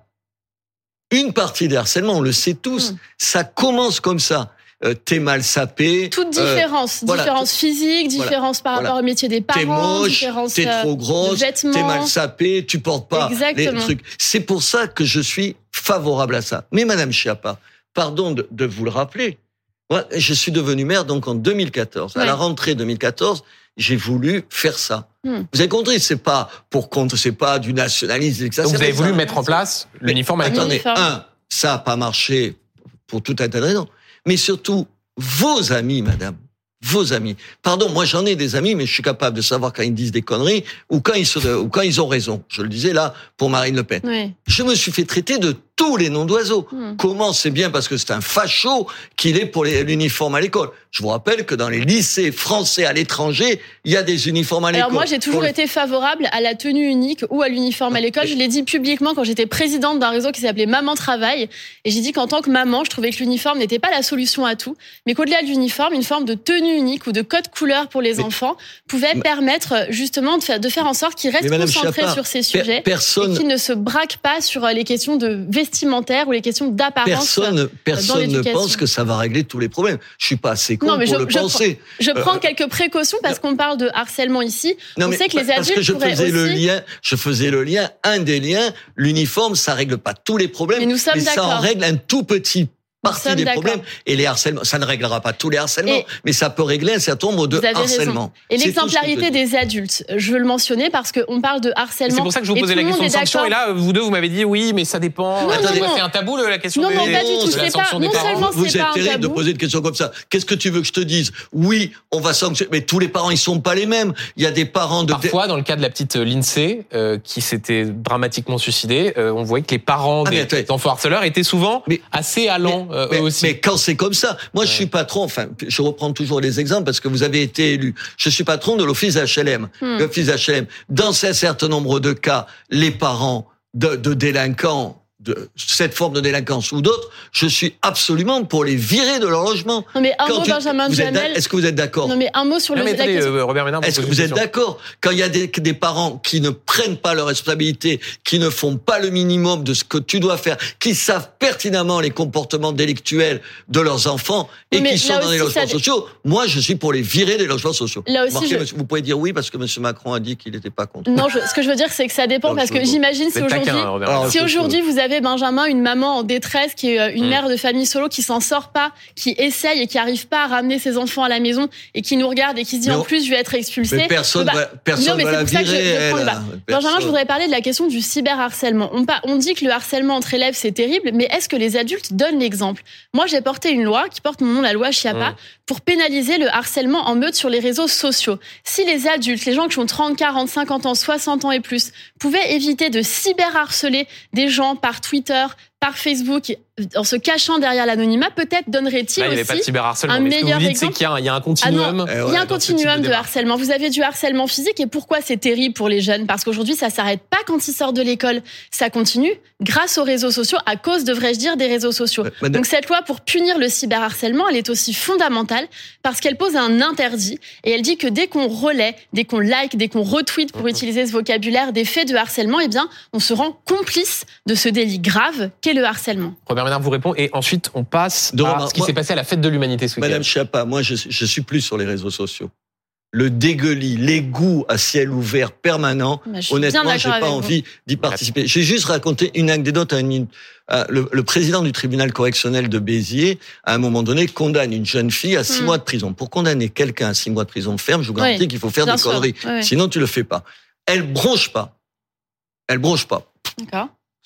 Une partie des harcèlements, on le sait tous, Mm. ça commence comme ça. Euh, t'es mal sapé. Toute euh, différence, voilà, différence physique, voilà, différence par voilà. rapport au métier des T'es parents, moche, différence t'es euh, trop de grosse, vêtements. t'es mal sapé, tu portes pas Exactement. les trucs. C'est pour ça que je suis favorable à ça. Mais Madame Schiappa, pardon de, de vous le rappeler, moi, je suis devenu maire donc en deux mille quatorze. À Ouais. la rentrée deux mille quatorze, j'ai voulu faire ça. Hmm. Vous avez compris, c'est pas pour contre, c'est pas du nationalisme. Donc vous avez voulu mettre en place Mais l'uniforme à l'école. Attendez, Uniforme. un, ça a pas marché pour tout un tas de raisons. Mais surtout, vos amis, madame, vos amis. Pardon, moi j'en ai des amis, mais je suis capable de savoir quand ils disent des conneries ou quand ils, se, ou quand ils ont raison. Je le disais là pour Marine Le Pen. Oui. Je me suis fait traiter de tous les noms d'oiseaux. Hmm. Comment? C'est bien parce que c'est un facho qu'il est pour les- l'uniforme à l'école. Je vous rappelle que dans les lycées français à l'étranger, il y a des uniformes à l'école. Alors moi, j'ai toujours Pour le- été favorable à la tenue unique ou à l'uniforme à l'école. Je l'ai dit publiquement quand j'étais présidente d'un réseau qui s'appelait Maman Travail. Et j'ai dit qu'en tant que maman, je trouvais que l'uniforme n'était pas la solution à tout, mais qu'au-delà de l'uniforme, une forme de tenue unique ou de code couleur pour les Mais- enfants pouvait Mais- permettre justement de faire, de faire en sorte qu'ils restent Mais Madame concentrés Schiappa, sur ces per- sujets personne, et qu'ils ne se braquent pas sur euh, les questions de vestimentaire ou les questions d'apparence. Personne, personne ne l'éducation. pense que ça va régler tous les problèmes. Je suis pas assez con Non, mais pour je- le je penser. Je prends Euh, quelques précautions parce qu'on parle de harcèlement ici. Non, On mais sait que les parce que adultes je pourraient faisais le aussi- lien, je faisais le lien, un des liens, l'uniforme, ça règle pas tous les problèmes, Mais nous sommes ça en d'accord. règle un tout petit partie sommes des d'accord. problèmes. Et les harcèlements, ça ne réglera pas tous les harcèlements, Et- mais ça peut régler un certain nombre de Vous avez raison. harcèlements. Et C'est tout ce que l'exemplarité je dis. des adultes, je veux le mentionner parce qu'on parle de harcèlement. C'est pour ça que je vous et posais tout la le question de monde est sanction. Et d'accord. là, vous deux, vous m'avez dit oui, mais ça dépend. Non, Attendez, non, non. c'est un tabou la question Non, des, non, pas du tout. de Ce la n'est sanction pas- des non parents. seulement Vous c'est êtes pas un terrible de tabou. poser une question comme ça. Qu'est-ce que tu veux que je te dise? Oui, on va sanctionner, mais tous les parents, ils sont pas les mêmes. Il y a des parents de... Parfois, dans le cas de la petite Lindsay, euh, qui s'était dramatiquement suicidée, euh, on voyait que les parents Ah, des, mais attendez. des enfants harceleurs étaient souvent Mais- assez allants, euh, mais, eux aussi. mais quand c'est comme ça, moi je suis patron, enfin je reprends toujours les exemples parce que vous avez été élu. Je suis patron de l'office H L M. Hmm. L'office H L M. Dans un certain nombre de cas, les parents de, de délinquants, de cette forme de délinquance ou d'autres, je suis absolument pour les virer de leur logement. Non, mais un Quand mot, tu- Benjamin vous êtes d'ac- Duhamel. Est-ce que vous êtes d'accord? Non, mais un mot sur Non, le, mais la attendez, question. euh, Robert Ménard, vous Est-ce que posez vous une êtes question. d'accord quand il y a des, des parents qui ne prennent pas leurs responsabilités, qui ne font pas le minimum de ce que tu dois faire, qui savent pertinemment les comportements délictuels de leurs enfants et Oui, mais qui sont là dans les aussi, logements ça- sociaux? Moi, je suis pour les virer des logements sociaux. Là aussi, Remarquez, je- monsieur, vous pouvez dire oui parce que monsieur Macron a dit qu'il n'était pas contre. Non, je- ce que je veux dire, c'est que ça dépend Non, parce je que veux pas. j'imagine si Vous êtes aujourd'hui, taquin, hein, Robert Alors, Ménard. si je- aujourd'hui vous avez Benjamin, une maman en détresse qui est euh, une Mm. mère de famille solo qui s'en sort pas, qui essaye et qui arrive pas à ramener ses enfants à la maison et qui nous regarde et qui se dit Mais en on- plus je vais être expulsé. Mais personne Bah, va, personne non, mais va c'est la pour ça que je- virer. je prends le elle, bas. hein. Benjamin, Personne. je voudrais parler de la question du cyberharcèlement. On, pa- on dit que le harcèlement entre élèves, c'est terrible, mais est-ce que les adultes donnent l'exemple? Moi, j'ai porté une loi qui porte mon nom, la loi Schiappa, Mm. pour pénaliser le harcèlement en meute sur les réseaux sociaux. Si les adultes, les gens qui ont trente, quarante, cinquante ans, soixante ans et plus, pouvaient éviter de cyberharceler des gens par Twitter, par Facebook, en se cachant derrière l'anonymat, peut-être donnerait-il Là, il n'y avait pas de aussi cyberharcèlement. un Mais ce que meilleur vous dites, c'est exemple. qu'il y a un, il y a un Ah continuum. non, Eh il y ouais, a un dans ce type continuum de de démarche. harcèlement. Vous avez du harcèlement physique et pourquoi c'est terrible pour les jeunes? Parce qu'aujourd'hui, ça s'arrête pas quand ils sortent de l'école. Ça continue grâce aux réseaux sociaux, à cause, devrais-je dire, des réseaux sociaux. Ouais, madame- Donc cette loi pour punir le cyberharcèlement, elle est aussi fondamentale parce qu'elle pose un interdit et elle dit que dès qu'on relaie, dès qu'on like, dès qu'on retweet, pour utiliser ce vocabulaire, des faits de harcèlement, eh bien, on se rend complice de ce délit grave qu'est le harcèlement. Robert Ménard vous répond et ensuite on passe De à Romain, ce qui moi- s'est passé à la fête de l'humanité ce week-end. Madame Schiappa, moi, je, je suis plus sur les réseaux sociaux. Le dégueulis, l'égout à ciel ouvert permanent, Bah, je suis bien honnêtement, d'accord j'ai pas avec vous. envie d'y participer. J'ai juste raconté une anecdote à une minute. Euh, le, le président du tribunal correctionnel de Béziers, à un moment donné, condamne une jeune fille à six Hmm. mois de prison. Pour condamner quelqu'un à six mois de prison ferme, je vous garantis Oui, qu'il faut faire bien des sûr. conneries. Oui, oui. Sinon, tu le fais pas. Elle bronche pas. Elle bronche pas. D'accord.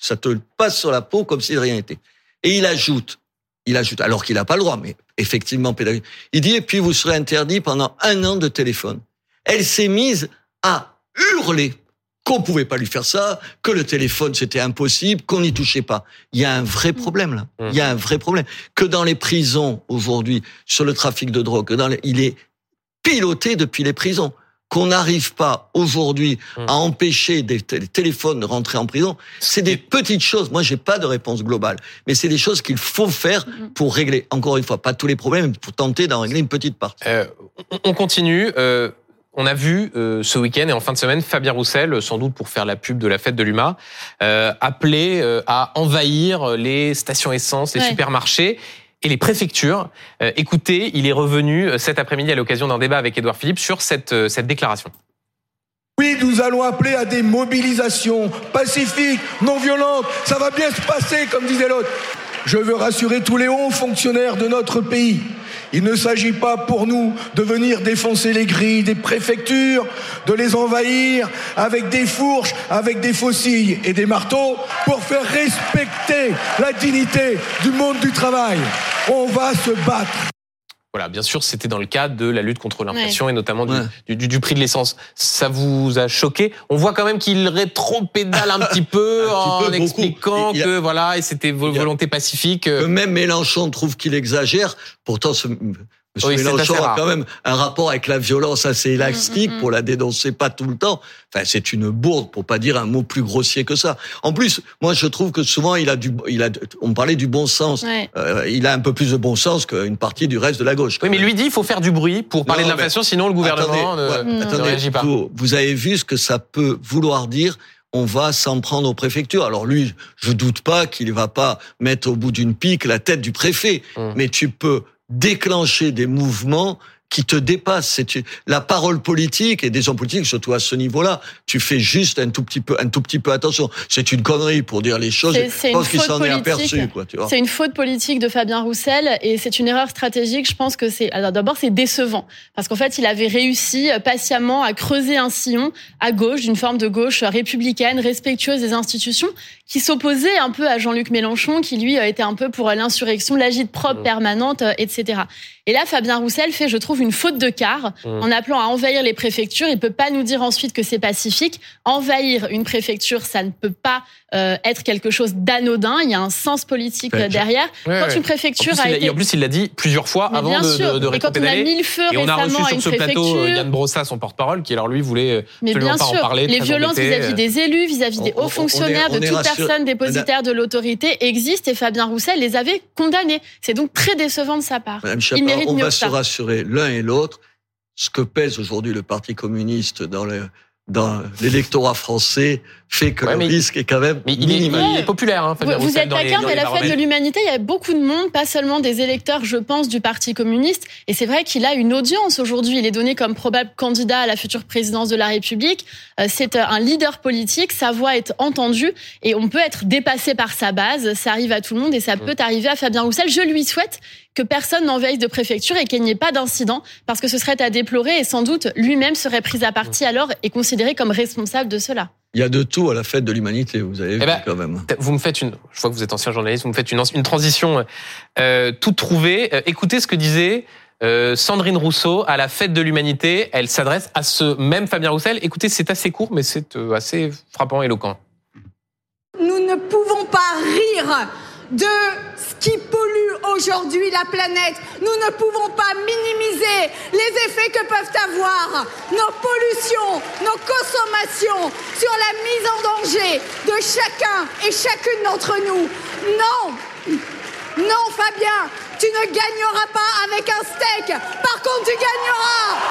Ça te passe sur la peau comme si de rien n'était. Et il ajoute, il ajoute, alors qu'il n'a pas le droit, mais effectivement pédagogique. Il dit, et puis vous serez interdit pendant un an de téléphone. Elle s'est mise à hurler qu'on pouvait pas lui faire ça, que le téléphone c'était impossible, qu'on n'y touchait pas. Il y a un vrai problème là. Il y a un vrai problème. Que dans les prisons aujourd'hui, sur le trafic de drogue, dans les, il est piloté depuis les prisons. Qu'on n'arrive pas aujourd'hui à empêcher des t- téléphones de rentrer en prison, c'est des petites choses. Moi, j'ai pas de réponse globale, mais c'est des choses qu'il faut faire pour régler, encore une fois, pas tous les problèmes, mais pour tenter d'en régler une petite partie. Euh, on continue. Euh, on a vu euh, ce week-end et en fin de semaine Fabien Roussel, sans doute pour faire la pub de la fête de l'U M A, euh, appeler euh, à envahir les stations essence, les ouais. supermarchés et les préfectures. Euh, écoutez, il est revenu cet après-midi à l'occasion d'un débat avec Édouard Philippe sur cette, euh, cette déclaration. Oui, nous allons appeler à des mobilisations pacifiques, non violentes. Ça va bien se passer, comme disait l'autre. Je veux rassurer tous les hauts fonctionnaires de notre pays. Il ne s'agit pas pour nous de venir défoncer les grilles des préfectures, de les envahir avec des fourches, avec des faucilles et des marteaux pour faire respecter la dignité du monde du travail. On va se battre. Voilà, bien sûr, c'était dans le cadre de la lutte contre l'inflation ouais. et notamment du, ouais. du, du, du prix de l'essence. Ça vous a choqué ? On voit quand même qu'il rétro-pédale un petit peu un en petit peu, expliquant a, que voilà, et c'était volonté pacifique. Même Mélenchon trouve qu'il exagère. Pourtant, ce, M. Oui, Mélenchon a quand même un rapport avec la violence assez élastique mmh, mmh, pour la dénoncer pas tout le temps. Enfin, c'est une bourde, pour pas dire un mot plus grossier que ça. En plus, moi, je trouve que souvent, il a du, il a, on parlait du bon sens. Ouais. Euh, il a un peu plus de bon sens qu'une partie du reste de la gauche. Oui, mais lui dit, il faut faire du bruit pour parler non, de l'inflation, sinon le gouvernement attendez, ne, ouais, ne attendez, réagit pas. Vous, vous avez vu ce que ça peut vouloir dire? On va s'en prendre aux préfectures. Alors lui, je doute pas qu'il va pas mettre au bout d'une pique la tête du préfet. Mmh. Mais tu peux déclencher des mouvements qui te dépassent. C'est la parole politique et des hommes politiques, surtout à ce niveau-là. Tu fais juste un tout petit peu, un tout petit peu attention. C'est une connerie pour dire les choses. C'est, c'est je pense qu'il s'en politique. est aperçu, quoi, tu vois. C'est une faute politique de Fabien Roussel et c'est une erreur stratégique. Je pense que c'est, alors d'abord, c'est décevant. Parce qu'en fait, il avait réussi patiemment à creuser un sillon à gauche, d'une forme de gauche républicaine, respectueuse des institutions, qui s'opposait un peu à Jean-Luc Mélenchon, qui lui était un peu pour l'insurrection, l'agite-propre permanente, et cetera. Et là, Fabien Roussel fait, je trouve, une faute de quart mmh. en appelant à envahir les préfectures. Il peut pas nous dire ensuite que c'est pacifique. Envahir une préfecture, ça ne peut pas euh, être quelque chose d'anodin. Il y a un sens politique ouais, derrière. Ouais, Quand ouais. une préfecture en plus, a il été... Et en plus, il l'a dit plusieurs fois Mais avant de, de, de Et quand on a mis le feu et on a reçu sur ce préfecture... plateau Yann Brossa, son porte-parole, qui alors lui voulait Mais absolument bien pas sûr, en parler. Les violences embêté. vis-à-vis des élus, vis-à-vis on, des hauts fonctionnaires, on est, on de toute rassuré. personne dépositaire de l'autorité existent et Fabien Roussel les avait condamnés. C'est donc très décevant de sa part. Madame Schiappa, il mérite on mieux va que se ça. rassurer l'un et l'autre. Ce que pèse aujourd'hui le Parti communiste dans le dans l'électorat français fait que ouais, le risque est quand même mais il est, il est populaire. Hein, vous, vous êtes d'accord, mais à la fête de l'humanité, il y a beaucoup de monde, pas seulement des électeurs, je pense, du Parti communiste. Et c'est vrai qu'il a une audience aujourd'hui. Il est donné comme probable candidat à la future présidence de la République. C'est un leader politique, sa voix est entendue et on peut être dépassé par sa base. Ça arrive à tout le monde et ça peut arriver à Fabien Roussel. Je lui souhaite que personne n'envahisse de préfecture et qu'il n'y ait pas d'incident, parce que ce serait à déplorer et sans doute lui-même serait pris à partie alors et considéré comme responsable de cela. Il y a de tout à la fête de l'humanité, vous avez eh vu ben, quand même. Vous me faites une, je vois que vous êtes ancien journaliste, vous me faites une, une transition euh, toute trouvée. Euh, écoutez ce que disait euh, Sandrine Rousseau à la fête de l'humanité. Elle s'adresse à ce même Fabien Roussel. Écoutez, c'est assez court, mais c'est euh, assez frappant et éloquent. Nous ne pouvons pas rire de ce qui pollue aujourd'hui la planète. Nous ne pouvons pas minimiser les effets que peuvent avoir nos pollutions, nos consommations sur la mise en danger de chacun et chacune d'entre nous. Non, non Fabien, tu ne gagneras pas avec un steak. Par contre, tu gagneras.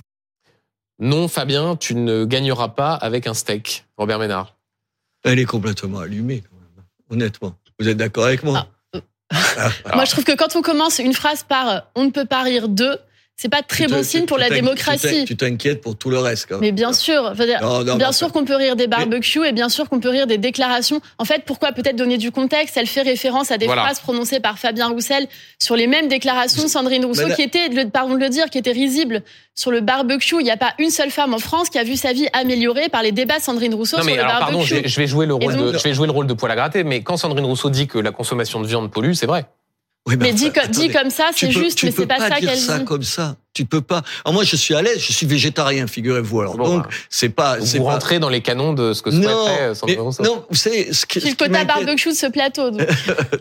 Non Fabien, tu ne gagneras pas avec un steak. Robert Ménard. Elle est complètement allumée, quand même. Honnêtement. Vous êtes d'accord avec moi? ah. Moi, je trouve que quand on commence une phrase par « on ne peut pas rire d'eux », c'est pas très bon signe pour la démocratie. Tu t'inquiètes pour tout le reste, quand même. Mais bien sûr, je veux dire, non, non, bien sûr qu'on peut rire des barbecues et bien sûr qu'on peut rire des déclarations. En fait, pourquoi peut-être donner du contexte? Elle fait référence à des voilà. phrases prononcées par Fabien Roussel sur les mêmes déclarations de Sandrine Rousseau, là... qui étaient, pardon de le dire, qui étaient risibles sur le barbecue. Il n'y a pas une seule femme en France qui a vu sa vie améliorée par les débats de Sandrine Rousseau non, mais sur alors, le barbecue. Pardon, je vais, je vais jouer le rôle donc, de, je vais jouer le rôle de poil à gratter, mais quand Sandrine Rousseau dit que la consommation de viande pollue, c'est vrai. Oui, mais, mais enfin, dit, co- dit comme ça, c'est peux, juste, mais c'est pas, pas ça qu'elle dit. Tu peux pas dire ça comme ça. Tu peux pas. Alors moi, je suis à l'aise. Je suis végétarien, figurez-vous. Alors bon, donc, bah, c'est pas. Vous c'est vous pas... rentrez dans les canons de ce que souhaiterait Sandrine Rousseau. Non, vous savez, ce qui. C'est le quota barbecue de ce plateau. Donc.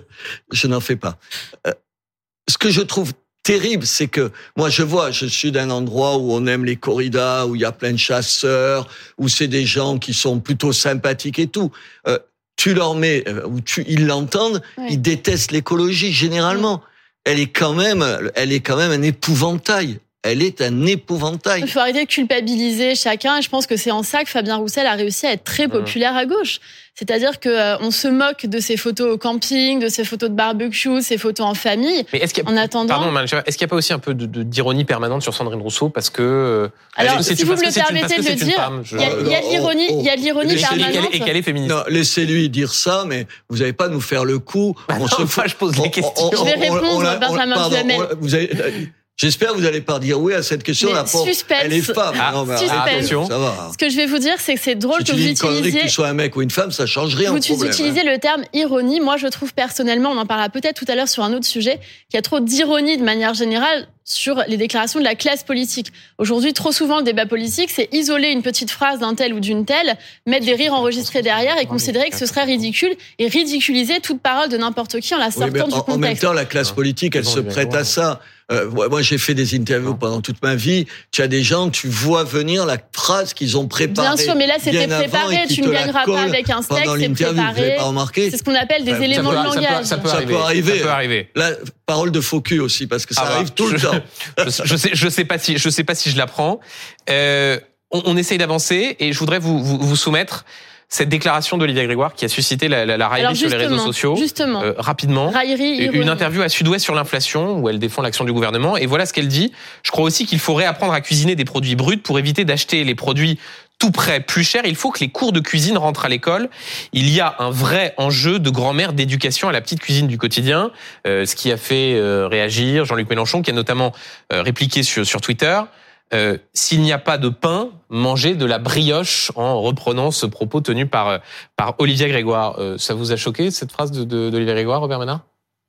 Je n'en fais pas. Euh, ce que je trouve terrible, c'est que moi, je vois, je suis d'un endroit où on aime les corridas, où il y a plein de chasseurs, où c'est des gens qui sont plutôt sympathiques et tout. Euh, tu leur mets, ou tu, ils l'entendent, oui. Ils détestent l'écologie généralement. Oui. Elle est quand même, elle est quand même un épouvantail. Elle est un épouvantail. Il faut arrêter de culpabiliser chacun. Et je pense que c'est en ça que Fabien Roussel a réussi à être très populaire à gauche. C'est-à-dire que euh, on se moque de ses photos au camping, de ses photos de barbecue, ses photos en famille. Mais est-ce qu'il y a, en attendant, pardon, est-ce qu'il n'y a pas aussi un peu de, de, d'ironie permanente sur Sandrine Rousseau parce que alors que si vous me le permettez de le dire, il y a, y a de l'ironie, il y a de l'ironie permanente. Et qu'elle est féministe. Non, laissez-lui dire ça, mais vous n'allez pas nous faire le coup. Bah on non, se fout. Je pose les questions. On, on, je vais répondre, on, on, Benjamin Duhamel. Vous avez, J'espère que vous n'allez pas dire oui à cette question. La pauvre, elle est femme. Ah, non, mais attention. Ça va. Ce que je vais vous dire, c'est que c'est drôle si que vous utilisiez. utilisiez. Que tu sois un mec ou une femme, ça change rien. Vous au problème, utilisez hein. le terme ironie. Moi, je trouve personnellement, on en parlera peut-être tout à l'heure sur un autre sujet, qu'il y a trop d'ironie de manière générale sur les déclarations de la classe politique. Aujourd'hui, trop souvent, le débat politique, c'est isoler une petite phrase d'un tel ou d'une telle, mettre des rires enregistrés derrière et considérer que ce serait ridicule et ridiculiser toute parole de n'importe qui en la sortant oui, du en, contexte. En même temps, la classe politique, elle se prête à ça. Euh, moi, j'ai fait des interviews pendant toute ma vie. Tu as des gens, tu vois venir la phrase qu'ils ont préparée. Bien sûr, mais là, c'était préparé. Tu ne gagneras pas avec un steak, c'est préparé. Pas remarqué. C'est ce qu'on appelle des enfin, éléments peut, de langage. Ça peut, ça peut ça arriver. peut arriver. Ça peut arriver. Là, parole de faux cul aussi, parce que ça ah arrive bah, tout je, le temps. Je, je sais, je sais pas si, je sais pas si je la prends. Euh, on, on essaye d'avancer et je voudrais vous, vous, vous soumettre cette déclaration d'Olivia Grégoire qui a suscité la, la, la raillerie sur les réseaux sociaux. Justement. Euh, rapidement. Raillerie, ironie. Une interview à Sud-Ouest sur l'inflation où elle défend l'action du gouvernement. Et voilà ce qu'elle dit. Je crois aussi qu'il faut réapprendre à cuisiner des produits bruts pour éviter d'acheter les produits tout près, plus cher. Il faut que les cours de cuisine rentrent à l'école. Il y a un vrai enjeu de grand-mère d'éducation à la petite cuisine du quotidien. Euh, ce qui a fait euh, réagir Jean-Luc Mélenchon, qui a notamment euh, répliqué sur, sur Twitter. Euh, s'il n'y a pas de pain, mangez de la brioche, en reprenant ce propos tenu par par Olivia Grégoire. Euh, ça vous a choqué cette phrase de, de d'Olivia Grégoire, Robert Ménard ?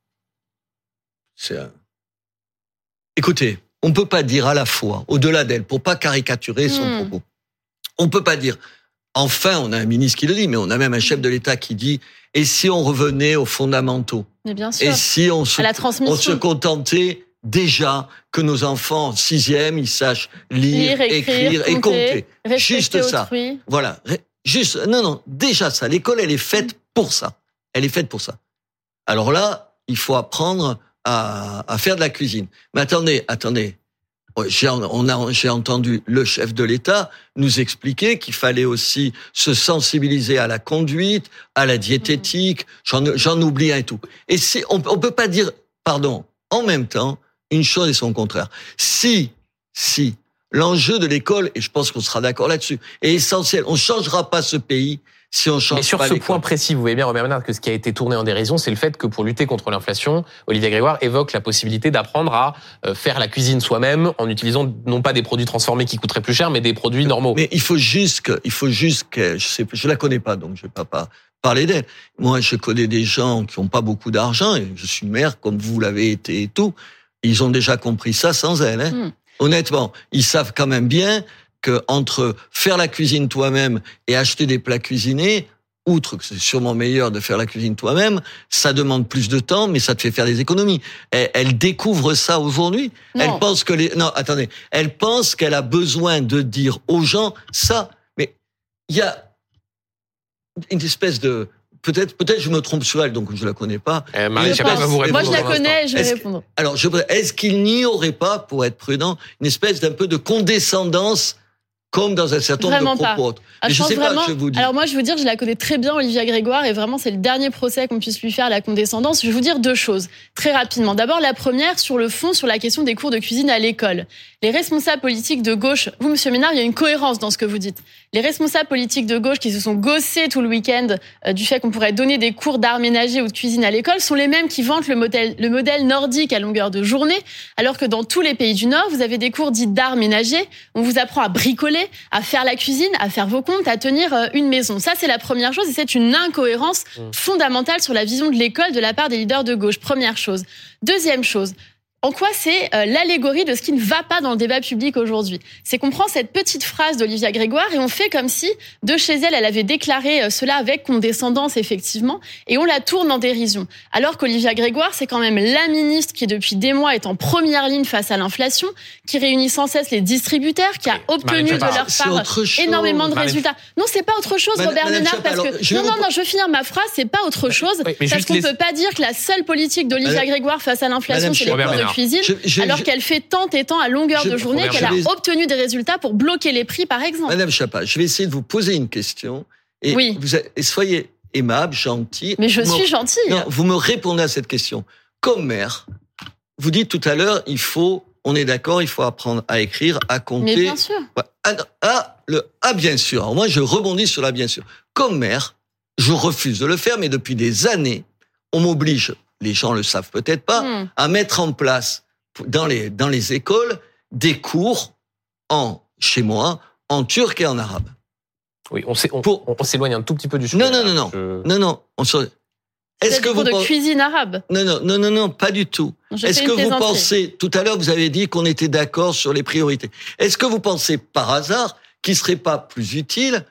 C'est un... Écoutez, on peut pas dire à la fois, au-delà d'elle, pour pas caricaturer son mmh. propos, on peut pas dire. Enfin, on a un ministre qui le dit, mais on a même un chef de l'État qui dit. Et si on revenait aux fondamentaux ? Mais bien sûr. Et si on se, à la transmission. on se contentait déjà que nos enfants en sixième, ils sachent lire, lire écrire, écrire et compter. Juste ça. Autrui. Voilà. Juste, non, non, déjà ça. L'école, elle est faite pour ça. Elle est faite pour ça. Alors là, il faut apprendre à, à faire de la cuisine. Mais attendez, attendez. J'ai, on a, j'ai entendu le chef de l'État nous expliquer qu'il fallait aussi se sensibiliser à la conduite, à la diététique. J'en, j'en oublie un et tout. Et c'est, on, on peut pas dire, pardon, en même temps, une chose et son contraire. Si, si, l'enjeu de l'école, et je pense qu'on sera d'accord là-dessus, est essentiel. On changera pas ce pays si on change pas l'école. Mais sur ce point précis, vous voyez bien, Robert Ménard, que ce qui a été tourné en dérision, c'est le fait que pour lutter contre l'inflation, Olivia Grégoire évoque la possibilité d'apprendre à faire la cuisine soi-même en utilisant non pas des produits transformés qui coûteraient plus cher, mais des produits normaux. Mais il faut juste que, il faut juste que, je sais, je la connais pas, donc je vais pas, pas parler d'elle. Moi, je connais des gens qui ont pas beaucoup d'argent, et je suis maire comme vous l'avez été et tout. Ils ont déjà compris ça sans elle. Hein. Mmh. Honnêtement, ils savent quand même bien que entre faire la cuisine toi-même et acheter des plats cuisinés, outre que c'est sûrement meilleur de faire la cuisine toi-même, ça demande plus de temps, mais ça te fait faire des économies. Elle, elle découvre ça aujourd'hui. Non. Elle pense que les... Non, attendez. Elle pense qu'elle a besoin de dire aux gens ça. Mais il y a une espèce de... Peut-être, peut-être je me trompe sur elle, donc je la connais pas. Eh, Marie Chappelle va vous répondre. Moi, je la connais, je vais est-ce, répondre. Alors, je, est-ce qu'il n'y aurait pas, pour être prudent, une espèce d'un peu de condescendance comme dans un certain nombre de propos. Ah, Mais je je sais vraiment, pas, je vous dis. Alors moi, je veux dire, je la connais très bien, Olivia Grégoire, et vraiment, c'est le dernier procès qu'on puisse lui faire, la condescendance. Je vais vous dire deux choses, très rapidement. D'abord, la première, sur le fond, sur la question des cours de cuisine à l'école. Les responsables politiques de gauche, vous, Monsieur Ménard, il y a une cohérence dans ce que vous dites. Les responsables politiques de gauche qui se sont gossés tout le week-end euh, du fait qu'on pourrait donner des cours d'art ménager ou de cuisine à l'école sont les mêmes qui vantent le modèle, le modèle nordique à longueur de journée, alors que dans tous les pays du Nord, vous avez des cours dits d'art ménager. On vous apprend à bricoler, à faire la cuisine, à faire vos comptes, à tenir une maison. Ça, c'est la première chose, et c'est une incohérence fondamentale sur la vision de l'école de la part des leaders de gauche. Première chose. Deuxième chose. En quoi c'est euh, l'allégorie de ce qui ne va pas dans le débat public aujourd'hui? C'est qu'on prend cette petite phrase d'Olivia Grégoire et on fait comme si, de chez elle, elle avait déclaré euh, cela avec condescendance, effectivement, et on la tourne en dérision. Alors qu'Olivia Grégoire, c'est quand même la ministre qui, depuis des mois, est en première ligne face à l'inflation, qui réunit sans cesse les distributeurs, qui a obtenu de leur part énormément de résultats. Non, c'est pas autre chose, Robert Ménard, parce que... Non, non, non, je veux finir ma phrase, c'est pas autre chose, parce qu'on ne peut pas dire que la seule politique d'Olivia Grégoire face à l'inflation, c'est les cours de cuisine, je, je, alors je, qu'elle fait tant et tant à longueur je, de journée qu'elle a vais... obtenu des résultats pour bloquer les prix, par exemple. Madame Schiappa, je vais essayer de vous poser une question. Et, oui. vous, et soyez aimable, gentil. Mais je suis gentille. Non, vous me répondez à cette question. Comme mère, vous dites tout à l'heure, il faut, on est d'accord, il faut apprendre à écrire, à compter. Mais bien sûr. Ah, ah, le, ah bien sûr. Alors moi, je rebondis sur la bien sûr. Comme mère, je refuse de le faire, mais depuis des années, on m'oblige, les gens le savent peut-être pas, mmh. à mettre en place dans les, dans les écoles des cours en, chez moi, en turc et en arabe. Oui, on, on, Pour... on s'éloigne un tout petit peu du sujet. Non, non, non, non, je... non, non. On se... Est-ce que vous de cuisine arabe? Non, non, non, non, non, pas du tout. Est-ce que vous pensez, tout à l'heure, vous avez dit qu'on était d'accord sur les priorités. Est-ce que vous pensez, par hasard, qu'il serait pas plus utile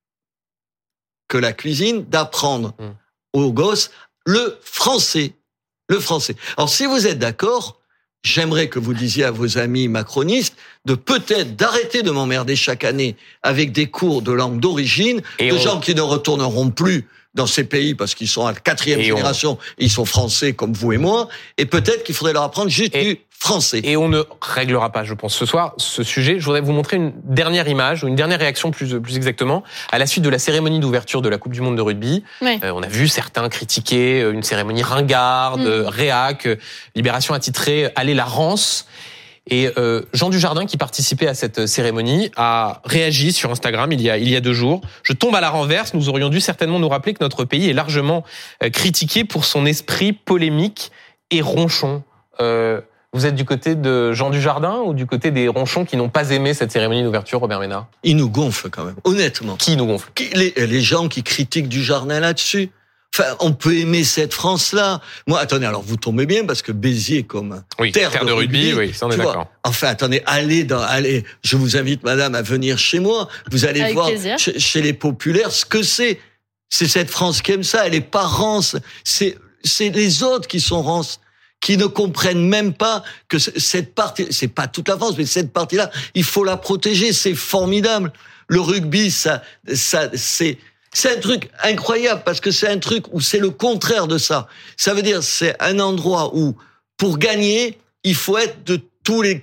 que la cuisine d'apprendre hum. aux gosses le français? Le français. Alors, si vous êtes d'accord, j'aimerais que vous disiez à vos amis macronistes de peut-être d'arrêter de m'emmerder chaque année avec des cours de langue d'origine, et de on... gens qui ne retourneront plus dans ces pays parce qu'ils sont à la quatrième et génération, on... ils sont français comme vous et moi, et peut-être qu'il faudrait leur apprendre juste et... du français. Et on ne réglera pas, je pense, ce soir, ce sujet. Je voudrais vous montrer une dernière image, ou une dernière réaction plus, plus exactement, à la suite de la cérémonie d'ouverture de la Coupe du Monde de rugby. Oui. Euh, on a vu certains critiquer une cérémonie ringarde, mmh. réac, Libération a titré « Allez la rance ». Et euh, Jean Dujardin, qui participait à cette cérémonie, a réagi sur Instagram il y a il y a deux jours. Je tombe à la renverse. Nous aurions dû certainement nous rappeler que notre pays est largement euh, critiqué pour son esprit polémique et ronchon. Euh, vous êtes du côté de Jean Dujardin ou du côté des ronchons qui n'ont pas aimé cette cérémonie d'ouverture, Robert Ménard? Ils nous gonflent quand même, honnêtement. Qui nous gonfle? les, les gens qui critiquent Dujardin là-dessus. Enfin, on peut aimer cette France-là. Moi, attendez, alors vous tombez bien parce que Béziers comme oui, terre, terre de, de rugby, rugby, oui, ça on est d'accord. Enfin, attendez, allez dans, allez, je vous invite, madame, à venir chez moi. Vous allez Avec voir chez, chez les populaires ce que c'est. C'est cette France qui aime ça. Elle est pas rance. C'est, c'est les autres qui sont rances, qui ne comprennent même pas que cette partie, c'est pas toute la France, mais cette partie-là, il faut la protéger. C'est formidable. Le rugby, ça, ça, c'est, C'est un truc incroyable parce que c'est un truc où c'est le contraire de ça. Ça veut dire c'est un endroit où pour gagner, il faut être de tous les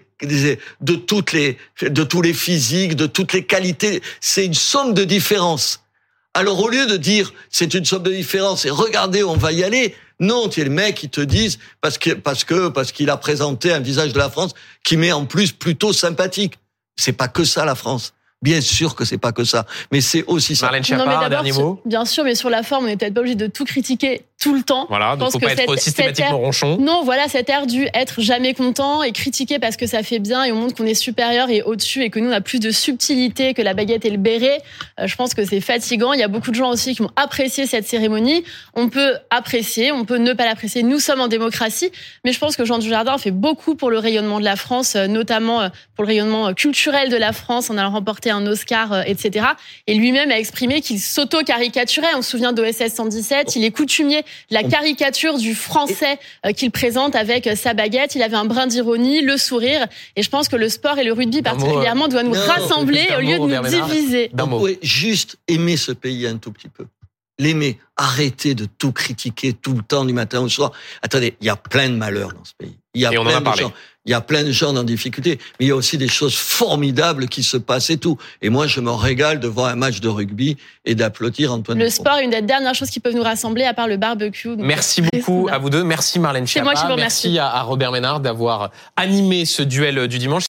de toutes les de tous les physiques, de toutes les qualités, c'est une somme de différences. Alors au lieu de dire c'est une somme de différences et regardez, on va y aller, non, tu es le mec qui te disent parce que parce que parce qu'il a présenté un visage de la France qui m'est en plus plutôt sympathique. C'est pas que ça la France. Bien sûr que c'est pas que ça, mais c'est aussi ça. Marlène Schiappa, un dernier mot. Bien sûr, mais sur la forme, on n'est peut-être pas obligé de tout critiquer tout le temps. Voilà, donc faut pas être systématiquement ronchon. Non, voilà, cet air du être jamais content et critiquer parce que ça fait bien et on montre qu'on est supérieur et au-dessus et que nous on a plus de subtilité que la baguette et le béret. Euh, je pense que c'est fatigant. Il y a beaucoup de gens aussi qui ont apprécié cette cérémonie. On peut apprécier, on peut ne pas l'apprécier. Nous sommes en démocratie, mais je pense que Jean Dujardin fait beaucoup pour le rayonnement de la France, notamment pour le rayonnement culturel de la France en allant remporter un Oscar, et cetera. Et lui-même a exprimé qu'il s'auto-caricaturait. On se souvient d'O S S cent dix-sept. Il est coutumier de la caricature du français qu'il présente avec sa baguette. Il avait un brin d'ironie, le sourire. Et je pense que le sport et le rugby particulièrement doit nous non, rassembler au lieu de nous diviser. On pourrait juste aimer ce pays un tout petit peu. l'aimer. Arrêtez de tout critiquer tout le temps, du matin au soir. Attendez, il y a plein de malheurs dans ce pays. Il y a et on plein en a de parlé. gens. Il y a plein de gens en difficulté, mais il y a aussi des choses formidables qui se passent et tout. Et moi, je me régale de voir un match de rugby et d'applaudir Antoine Le Dupont. sport est une des dernières choses qui peuvent nous rassembler, à part le barbecue. Donc Merci beaucoup à vous deux. Merci Marlène C'est moi Schiappa. qui vous Merci remercie. à, à Robert Ménard d'avoir animé ce duel du dimanche.